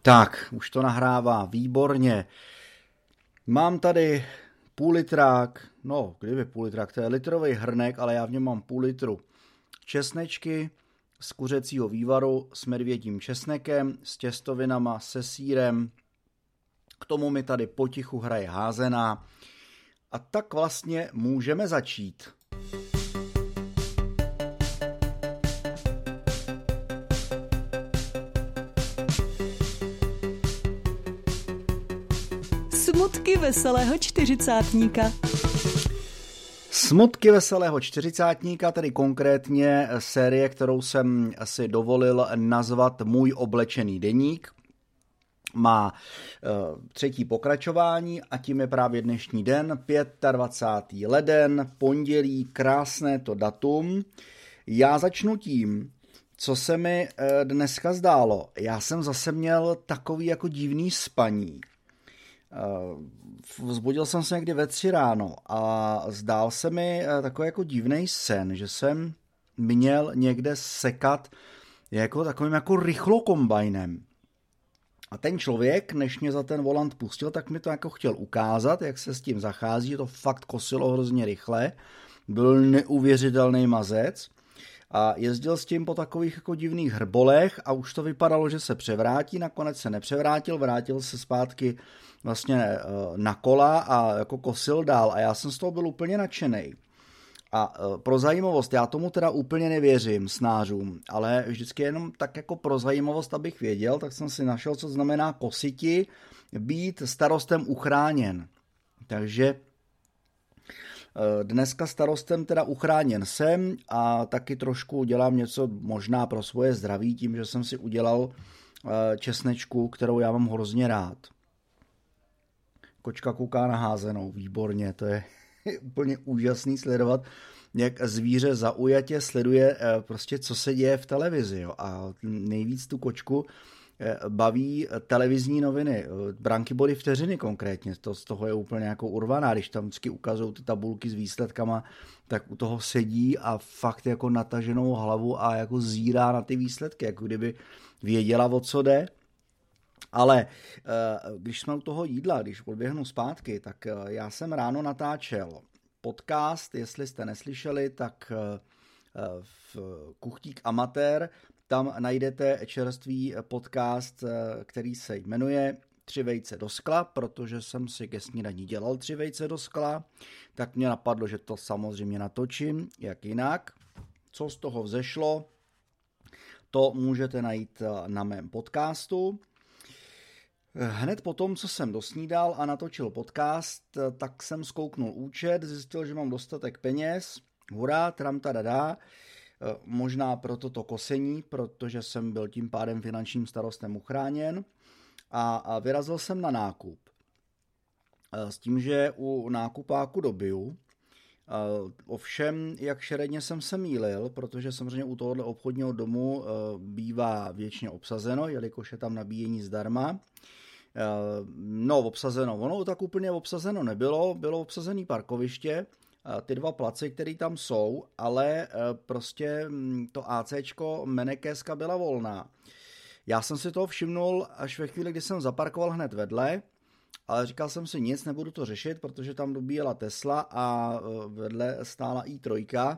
Tak, už to nahrává výborně. Mám tady půl litrák, no kdyby půl litrák, to je litrový hrnek, ale já v něm mám půl litru česnečky z kuřecího vývaru s medvědím česnekem, s těstovinama, se sýrem. K tomu mi tady potichu hraje házená. A tak vlastně můžeme začít. Smutky veselého čtyřicátníka. Smutky veselého čtyřicátníka, tedy konkrétně série, kterou jsem si dovolil nazvat Můj oblečený deník, má třetí pokračování a tím je právě dnešní den, 25. leden, pondělí, krásné to datum. Já začnu tím, co se mi dneska zdálo. Já jsem zase měl takový jako divný spaní. Vzbudil jsem se někdy ve 3 ráno a zdál se mi takový jako divný sen, že jsem měl někde sekat jako takovým jako rychlokombajnem. A ten člověk, než mě za ten volant pustil, tak mi to jako chtěl ukázat, jak se s tím zachází, že to fakt kosilo hrozně rychle, byl neuvěřitelný mazec a jezdil s tím po takových jako divných hrbolech a už to vypadalo, že se převrátí, nakonec se nepřevrátil, vrátil se zpátky vlastně na kola a jako kosil dál a já jsem z toho byl úplně nadšenej. A pro zajímavost, já tomu teda úplně nevěřím snářům, ale vždycky jenom tak jako pro zajímavost, abych věděl, tak jsem si našel, co znamená kositi, být starostem uchráněn. Takže dneska starostem teda uchráněn jsem a taky trošku dělám něco možná pro svoje zdraví tím, že jsem si udělal česnečku, kterou já mám hrozně rád. Kočka kouká na házenou, výborně, to je úplně úžasný sledovat, jak zvíře zaujatě sleduje prostě, co se děje v televizi. Jo. A nejvíc tu kočku baví televizní noviny, Branky body vteřiny konkrétně, to z toho je úplně jako urvaná, když tam vždycky ukazují ty tabulky s výsledkama, tak u toho sedí a fakt jako nataženou hlavu a jako zírá na ty výsledky, jako kdyby věděla, o co jde. Ale když jsme u toho jídla, když odběhnu zpátky, tak já jsem ráno natáčel podcast, jestli jste neslyšeli, tak v Kuchtík amatér, tam najdete čerstvý podcast, který se jmenuje 3 vejce do skla, protože jsem si ke snídani dělal 3 vejce do skla, tak mě napadlo, že to samozřejmě natočím, jak jinak. Co z toho vzešlo, to můžete najít na mém podcastu. Hned po tom, co jsem dosnídal a natočil podcast, tak jsem zkouknul účet, zjistil, že mám dostatek peněz, hurá, tramtadadá, možná pro toto kosení, protože jsem byl tím pádem finančním starostem uchráněn a vyrazil jsem na nákup. S tím, že u nákupáku dobiju, ovšem, jak šeredně jsem se mýlil, protože samozřejmě u tohohle obchodního domu bývá většině obsazeno, jelikož je tam nabíjení zdarma. No, obsazeno, ono tak úplně obsazeno nebylo, bylo obsazené parkoviště, ty 2 placy, které tam jsou, ale prostě to ACčko Menekéska byla volná. Já jsem si toho všimnul až ve chvíli, kdy jsem zaparkoval hned vedle, ale říkal jsem si nic, nebudu to řešit, protože tam dobíjela Tesla a vedle stála i3.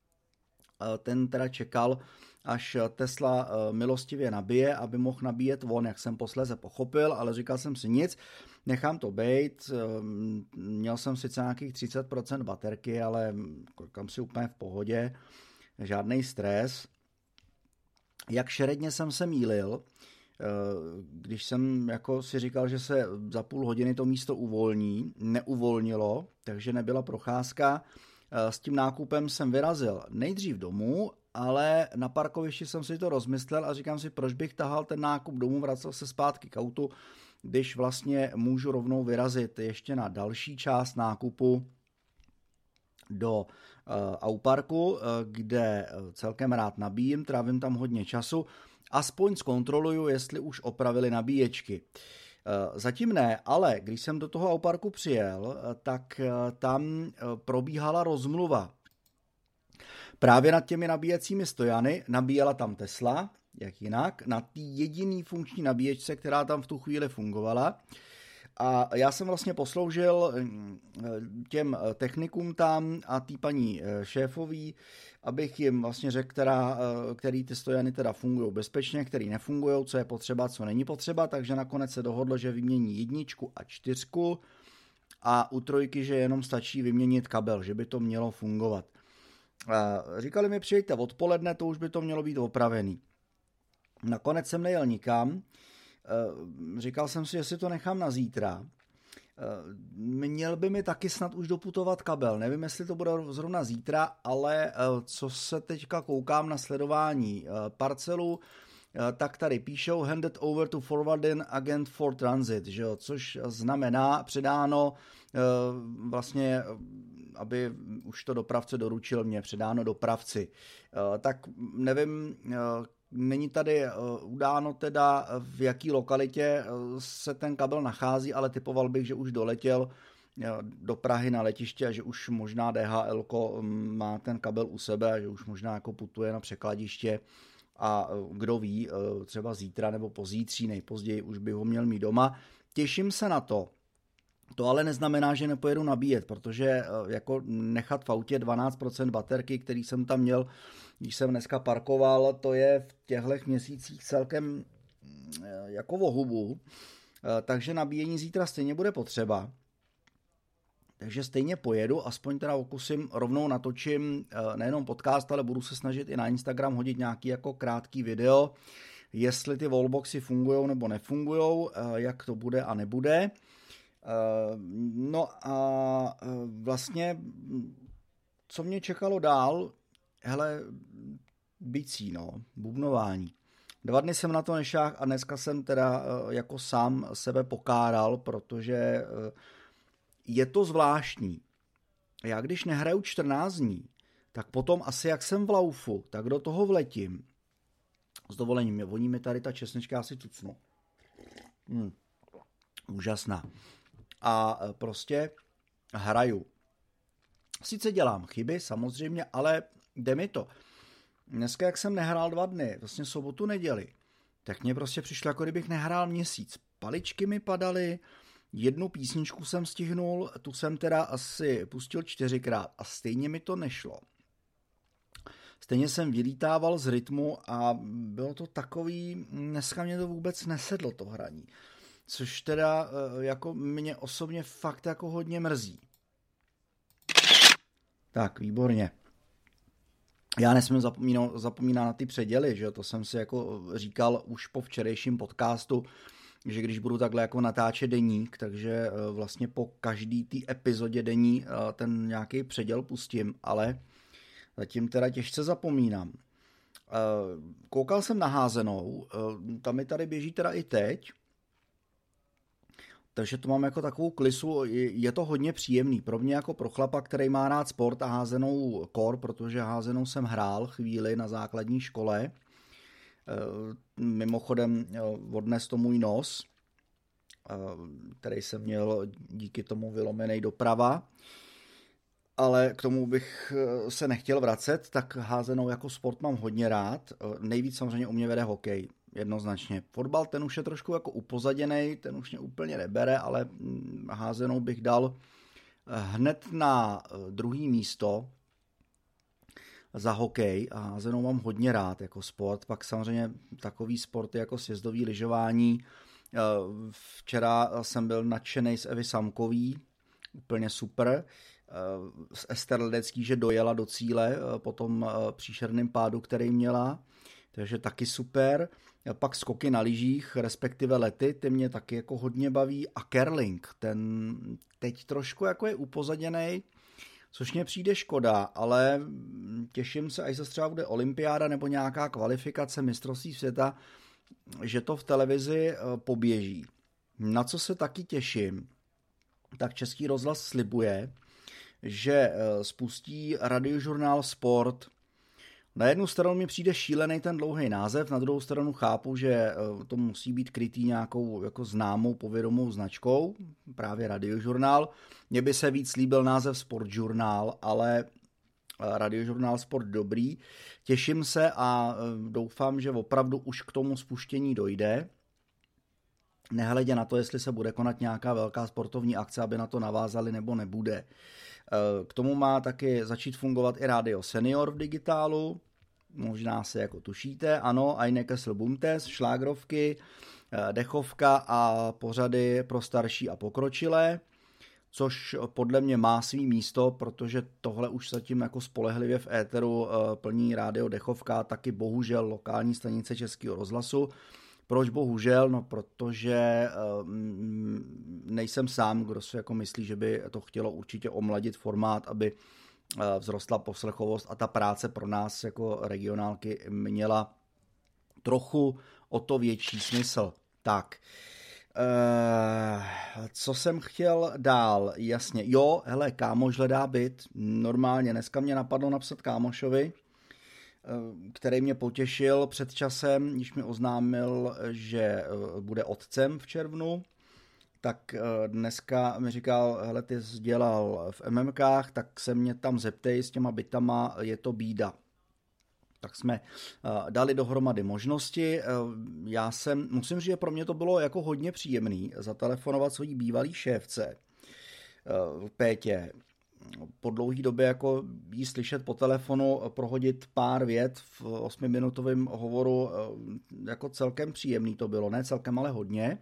Ten teda čekal, až Tesla milostivě nabije, aby mohl nabíjet on, jak jsem posléze pochopil, ale říkal jsem si nic, nechám to bejt, měl jsem sice nějakých 30% baterky, ale koukám si úplně v pohodě, žádný stres. Jak šeredně jsem se mýlil, když jsem jako si říkal, že se za půl hodiny to místo uvolní, neuvolnilo, takže nebyla procházka. S tím nákupem jsem vyrazil nejdřív domů, ale na parkovišti jsem si to rozmyslel a říkám si, proč bych tahal ten nákup domů, vracel se zpátky k autu, když vlastně můžu rovnou vyrazit ještě na další část nákupu do Auparku, kde celkem rád nabíjím, trávím tam hodně času, aspoň zkontroluju, jestli už opravili nabíječky. Zatím ne, ale když jsem do toho Auparku přijel, tak tam probíhala rozmluva. Právě nad těmi nabíjecími stojany nabíjela tam Tesla, jak jinak, na té jediný funkční nabíječce, která tam v tu chvíli fungovala. A já jsem vlastně posloužil těm technikům tam a té paní šéfový, abych jim vlastně řekl, který ty stojany teda fungují bezpečně, který nefungují, co je potřeba, co není potřeba, takže nakonec se dohodlo, že vymění 1 a 4 a u 3, že jenom stačí vyměnit kabel, že by to mělo fungovat. Říkali mi, přijďte odpoledne, to už by to mělo být opravený. Nakonec jsem nejel nikam, říkal jsem si, jestli to nechám na zítra. Měl by mi taky snad už doputovat kabel, nevím, jestli to bude zrovna zítra, ale co se teďka koukám na sledování parcelu, tak tady píšou handed over to forwarding agent for transit, že jo? Což znamená předáno vlastně, aby už to dopravce doručil mě, předáno dopravci. Tak nevím, není tady udáno teda, v jaký lokalitě se ten kabel nachází, ale typoval bych, že už doletěl do Prahy na letiště a že už možná DHL má ten kabel u sebe a že už možná jako putuje na překladiště a kdo ví, třeba zítra nebo pozítří, nejpozději už by ho měl mít doma. Těším se na to. To ale neznamená, že nepojedu nabíjet, protože jako nechat v autě 12% baterky, který jsem tam měl, když jsem dneska parkoval, to je v těchto měsících celkem jako vohubu, takže nabíjení zítra stejně bude potřeba. Takže stejně pojedu, aspoň teda okusím, rovnou natočím nejenom podcast, ale budu se snažit i na Instagram hodit nějaký jako krátký video, jestli ty wallboxy fungujou nebo nefungujou, jak to bude a nebude. No a vlastně, co mě čekalo dál, hele, bicí, bubnování. 2 dny jsem na to nešáhl a dneska jsem teda jako sám sebe pokáral, protože je to zvláštní. Já když nehraju 14 dní, tak potom asi jak jsem v laufu, tak do toho vletím. S dovolením, voní mi tady ta česnečka, já si tucnu. Úžasná. A prostě hraju. Sice dělám chyby, samozřejmě, ale jde mi to. Dneska, jak jsem nehrál 2 dny, vlastně sobotu, neděli, tak mně prostě přišlo, jako kdybych nehrál měsíc. Paličky mi padaly, 1 písničku jsem stihnul, tu jsem teda asi pustil 4krát a stejně mi to nešlo. Stejně jsem vylítával z rytmu a bylo to takový, dneska mě to vůbec nesedlo, to hraní. Což teda jako mě osobně fakt jako hodně mrzí. Tak, výborně. Já nesmím zapomínat na ty předěly, že to jsem si jako říkal už po včerejším podcastu, že když budu takhle jako natáčet deník, takže vlastně po každý té epizodě denní ten nějaký předěl pustím, ale zatím teda těžce zapomínám. Koukal jsem na házenou, tam mi tady běží teda i teď, takže to mám jako takovou klisu, je to hodně příjemný. Pro mě jako pro chlapa, který má rád sport a házenou kor, protože házenou jsem hrál chvíli na základní škole. Mimochodem odnes to můj nos, který jsem měl díky tomu vylomenej doprava. Ale k tomu bych se nechtěl vracet, tak házenou jako sport mám hodně rád. Nejvíc samozřejmě u mě vede hokej. Jednoznačně. Fotbal, ten už je trošku jako upozaděnej, ten už mě úplně nebere, ale házenou bych dal hned na 2. místo za hokej a házenou mám hodně rád jako sport. Pak samozřejmě takový sporty jako sjezdový lyžování. Včera jsem byl nadšenej z Evy Samkový, úplně super. Z Ester Ledecký, že dojela do cíle po tom příšerném pádu, který měla. Takže taky super. Pak skoky na lyžích, respektive lety, ty mě taky jako hodně baví. A curling, ten teď trošku jako je upozaděnej, což mě přijde škoda, ale těším se, až se třeba bude olympiáda nebo nějaká kvalifikace mistrovství světa, že to v televizi poběží. Na co se taky těším, tak Český rozhlas slibuje, že spustí radiožurnál Sport. Na jednu stranu mi přijde šílený ten dlouhý název, na druhou stranu chápu, že to musí být krytý nějakou jako známou povědomou značkou, právě radiožurnál. Mně by se víc líbil název Sportžurnál, ale Radiožurnál Sport dobrý. Těším se a doufám, že opravdu už k tomu spuštění dojde. Nehledě na to, jestli se bude konat nějaká velká sportovní akce, aby na to navázali nebo nebude. K tomu má taky začít fungovat i Rádio Senior v digitálu. Možná se jako tušíte, ano, Eine Kessel Bumtes, šlágrovky, dechovka a pořady pro starší a pokročilé, což podle mě má svý místo, protože tohle už zatím jako spolehlivě v éteru plní rádio dechovka, taky bohužel lokální stanice Českého rozhlasu. Proč bohužel? No protože nejsem sám, kdo si jako myslí, že by to chtělo určitě omladit formát, aby vzrostla poslechovost a ta práce pro nás jako regionálky měla trochu o to větší smysl. Tak, co jsem chtěl dál? Jasně, jo, hele, kámoš hledá byt, normálně, dneska mě napadlo napsat kámošovi, který mě potěšil před časem, když mi oznámil, že bude otcem v červnu, tak dneska mi říkal, hele, ty jsi dělal v MMKách, tak se mě tam zeptej s těma bytama, je to bída. Tak jsme dali dohromady možnosti. Musím říct, že pro mě to bylo jako hodně příjemný zatelefonovat svojí bývalý šéfce Pétě. Po dlouhý době jako jí slyšet po telefonu, prohodit pár vět v 8minutovém hovoru, jako celkem příjemný to bylo, ne celkem, ale hodně.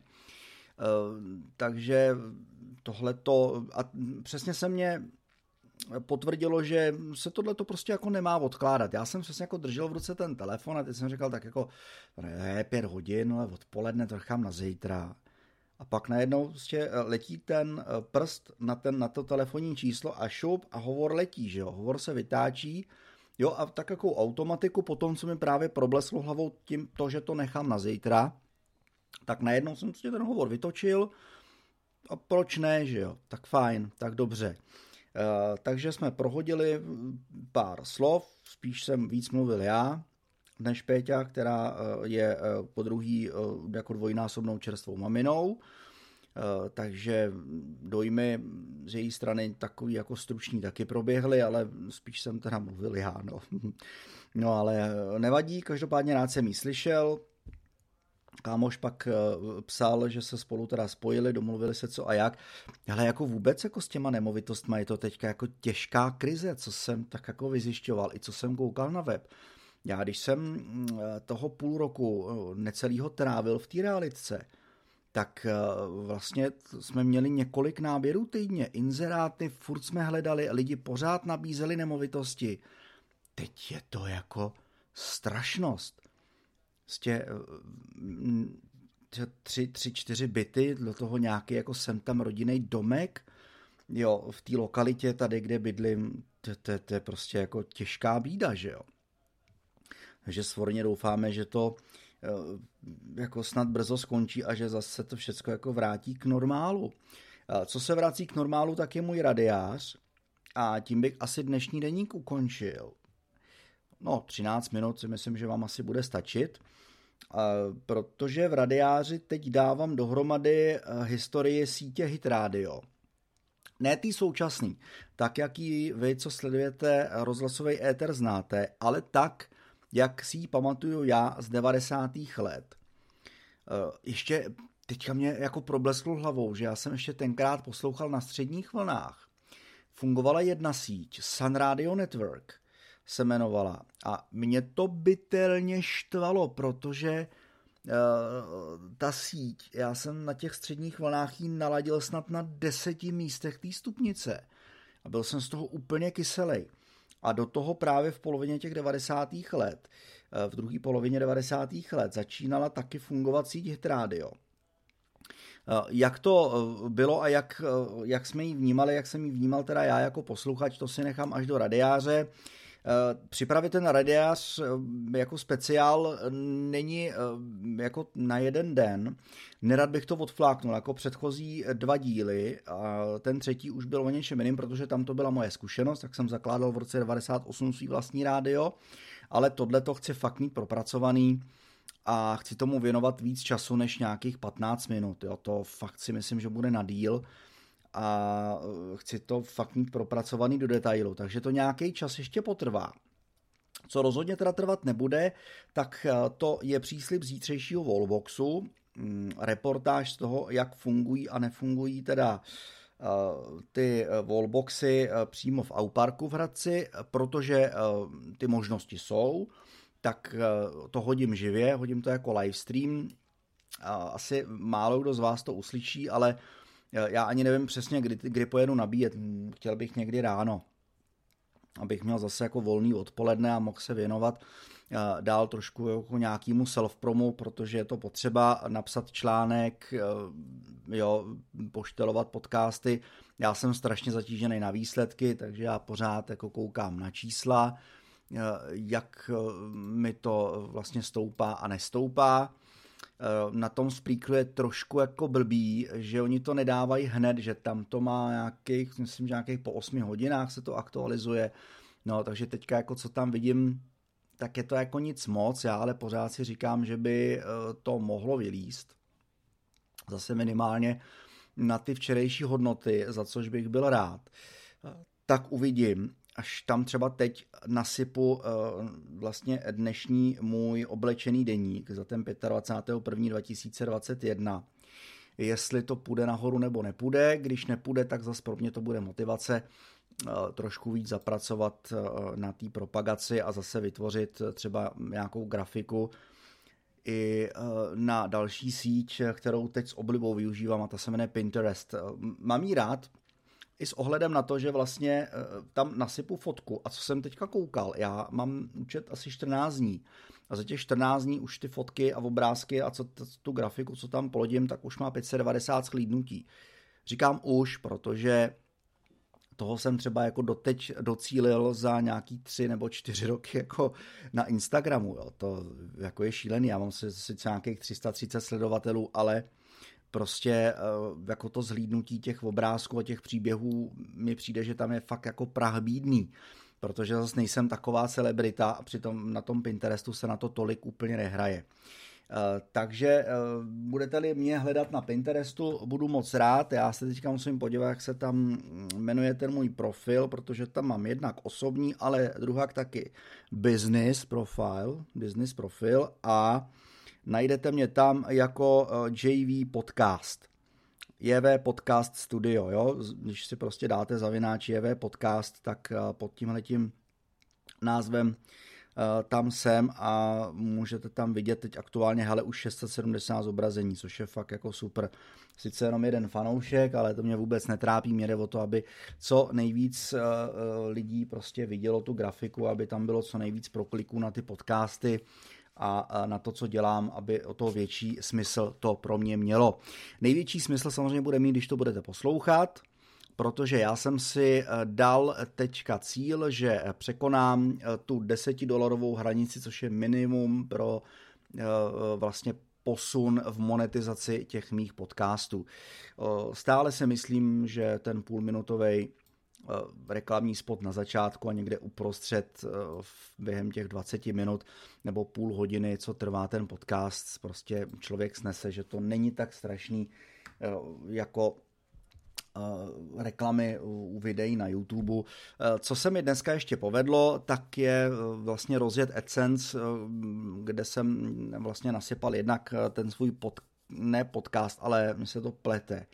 Takže tohleto, a přesně se mě potvrdilo, že se tohleto prostě jako nemá odkládat. Já jsem přesně jako držel v ruce ten telefon a teď jsem říkal tak jako 5 hodin, ale odpoledne to nechám na zítra. A pak najednou prostě letí ten prst na to telefonní číslo a šup a hovor letí, že jo. Hovor se vytáčí, jo, a tak jako automatiku potom, co mi právě probleslo hlavou tím to, že to nechám na zítra, tak najednou jsem prostě ten hovor vytočil a proč ne, že jo. Tak fajn, tak dobře. Takže jsme prohodili pár slov, spíš jsem víc mluvil já, než Péťa, která je po druhý jako dvojnásobnou čerstvou maminou, takže dojmy z její strany takový jako struční taky proběhly, ale spíš jsem teda mluvil já, no. No ale nevadí, každopádně rád jsem jí slyšel. Kámoš pak psal, že se spolu teda spojili, domluvili se co a jak. Ale jako vůbec jako s těma nemovitostma je to teďka jako těžká krize, co jsem tak jako vyzjišťoval, i co jsem koukal na web. Já když jsem toho půl roku necelýho trávil v té realitce, tak vlastně jsme měli několik náběrů týdně, inzeráty, furt jsme hledali, lidi pořád nabízeli nemovitosti. Teď je to jako strašnost. Prostě 3-4 byty, do toho nějaký jako sem tam rodinný domek, jo, v té lokalitě tady, kde bydlím, to je prostě jako těžká bída, že jo. Takže svorně doufáme, že to jako snad brzo skončí a že zase to všechno jako vrátí k normálu. Co se vrací k normálu, tak je můj radiář a tím bych asi dnešní deník ukončil. No, 13 minut si myslím, že vám asi bude stačit, protože v radiáři teď dávám dohromady historii sítě Hit Radio. Ne tý současný, tak jak ji vy, co sledujete rozhlasový éter, znáte, ale tak, jak si ji pamatuju já z 90. let. Ještě teďka mě jako problesklo hlavou, že já jsem ještě tenkrát poslouchal na středních vlnách. Fungovala jedna síť, Sun Radio Network se jmenovala a mě to bytelně štvalo, protože ta síť, já jsem na těch středních vlnách ji naladil snad na 10 místech té stupnice a byl jsem z toho úplně kyselej. A do toho právě v polovině těch 90. let, v druhé polovině 90. let začínala taky fungovat síť Hit Radio. Jak to bylo a jak jsme ji vnímali, jak jsem ji vnímal teda já jako posluchač, to si nechám až do radiáře. Připravit ten radiář jako speciál není jako na jeden den. Nerad bych to odfláknul jako předchozí 2 díly a ten třetí už byl o něčem jiným, protože tam to byla moje zkušenost, tak jsem zakládal v roce 98 svý vlastní rádio, ale tohle to chci fakt mít propracovaný a chci tomu věnovat víc času než nějakých 15 minut. Jo. To fakt si myslím, že bude na díl. a chci to fakt mít propracovaný do detailu, takže to nějaký čas ještě potrvá. Co rozhodně teda trvat nebude, tak to je příslib zítřejšího Wallboxu, reportáž z toho, jak fungují a nefungují teda ty wallboxy přímo v Auparku v Hradci, protože ty možnosti jsou, tak to hodím živě, hodím to jako livestream. Asi málo kdo z vás to uslyší, ale já ani nevím přesně, kdy pojedu nabíjet. Chtěl bych někdy ráno, abych měl zase jako volný odpoledne a mohl se věnovat dál trošku jako nějakému self-promu, protože je to potřeba napsat článek, poštelovat podcasty. Já jsem strašně zatížený na výsledky, takže já pořád jako koukám na čísla, jak mi to vlastně stoupá a nestoupá. Na tom Spreakeru je trošku jako blbý, že oni to nedávají hned, že tam to má nějakých po 8 hodinách se to aktualizuje, no takže teďka jako co tam vidím, tak je to jako nic moc, já ale pořád si říkám, že by to mohlo vylízt, zase minimálně na ty včerejší hodnoty, za což bych byl rád, tak uvidím, až tam třeba teď nasypu vlastně dnešní můj oblečený deník za ten 25.1.2021. Jestli to půjde nahoru nebo nepůjde, když nepůjde, tak zase pro mě to bude motivace trošku víc zapracovat na té propagaci a zase vytvořit třeba nějakou grafiku i na další síť, kterou teď s oblibou využívám, a ta se jmenuje Pinterest. Mám jí rád, i s ohledem na to, že vlastně tam nasypu fotku a co jsem teďka koukal, já mám účet asi 14 dní a za těch 14 dní už ty fotky a obrázky a tu grafiku, co tam polodím, tak už má 590 shlídnutí. Říkám už, protože toho jsem třeba jako doteď docílil za nějaký 3 nebo 4 roky jako na Instagramu. Jo. To jako je šílený, já mám sice nějakých 330 sledovatelů, ale prostě jako to zhlídnutí těch obrázků a těch příběhů mi přijde, že tam je fakt jako prach bídný, protože zase nejsem taková celebrita a přitom na tom Pinterestu se na to tolik úplně nehraje. Takže budete-li mě hledat na Pinterestu, budu moc rád. Já se teďka musím podívat, jak se tam jmenuje ten můj profil, protože tam mám jednak osobní, ale druhak taky business profil a najdete mě tam jako JV Podcast. JV Podcast Studio, jo? Když si prostě dáte zavináč JV Podcast, tak pod tímhletím názvem tam jsem a můžete tam vidět teď aktuálně už 670 zobrazení, což je fakt jako super. Sice jenom jeden fanoušek, ale to mě vůbec netrápí, mě jde o to, aby co nejvíc lidí prostě vidělo tu grafiku, aby tam bylo co nejvíc prokliků na ty podcasty a na to, co dělám, aby o to větší smysl to pro mě mělo. Největší smysl samozřejmě bude mít, když to budete poslouchat, protože já jsem si dal teďka cíl, že překonám tu $10 hranici, což je minimum pro vlastně posun v monetizaci těch mých podcastů. Stále si myslím, že ten půlminutový reklamní spot na začátku a někde uprostřed během těch 20 minut nebo půl hodiny, co trvá ten podcast, prostě člověk snese, že to není tak strašný jako reklamy u videí na YouTube. Co se mi dneska ještě povedlo, tak je vlastně rozjet AdSense, kde jsem vlastně nasypal jednak ten svůj podcast, ale mi se to plete.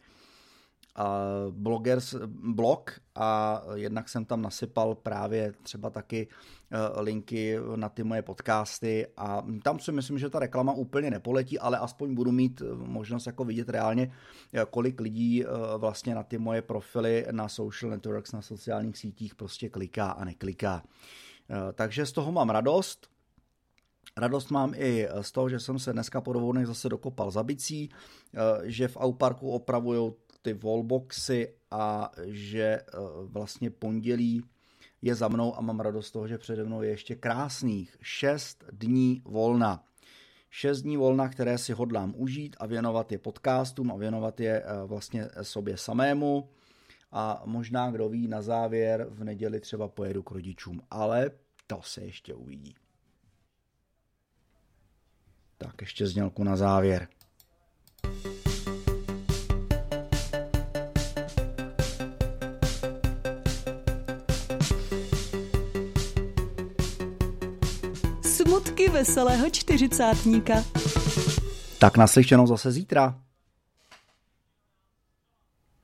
Blog a jednak jsem tam nasypal právě třeba taky linky na ty moje podcasty a tam si myslím, že ta reklama úplně nepoletí, ale aspoň budu mít možnost jako vidět reálně, kolik lidí vlastně na ty moje profily na social networks, na sociálních sítích prostě kliká a nekliká. Takže z toho mám radost. Radost mám i z toho, že jsem se dneska po 2 dnech zase dokopal za bicí, že v Auparku opravujou ty wallboxy a že vlastně pondělí je za mnou a mám radost z toho, že přede mnou je ještě krásných 6 dní volna. 6 dní volna, které si hodlám užít a věnovat je podcastům a věnovat je vlastně sobě samému a možná, kdo ví, na závěr v neděli třeba pojedu k rodičům, ale to se ještě uvidí. Tak ještě znělku na závěr. veselého čtyřicátníka. Tak naslyšenou zase zítra.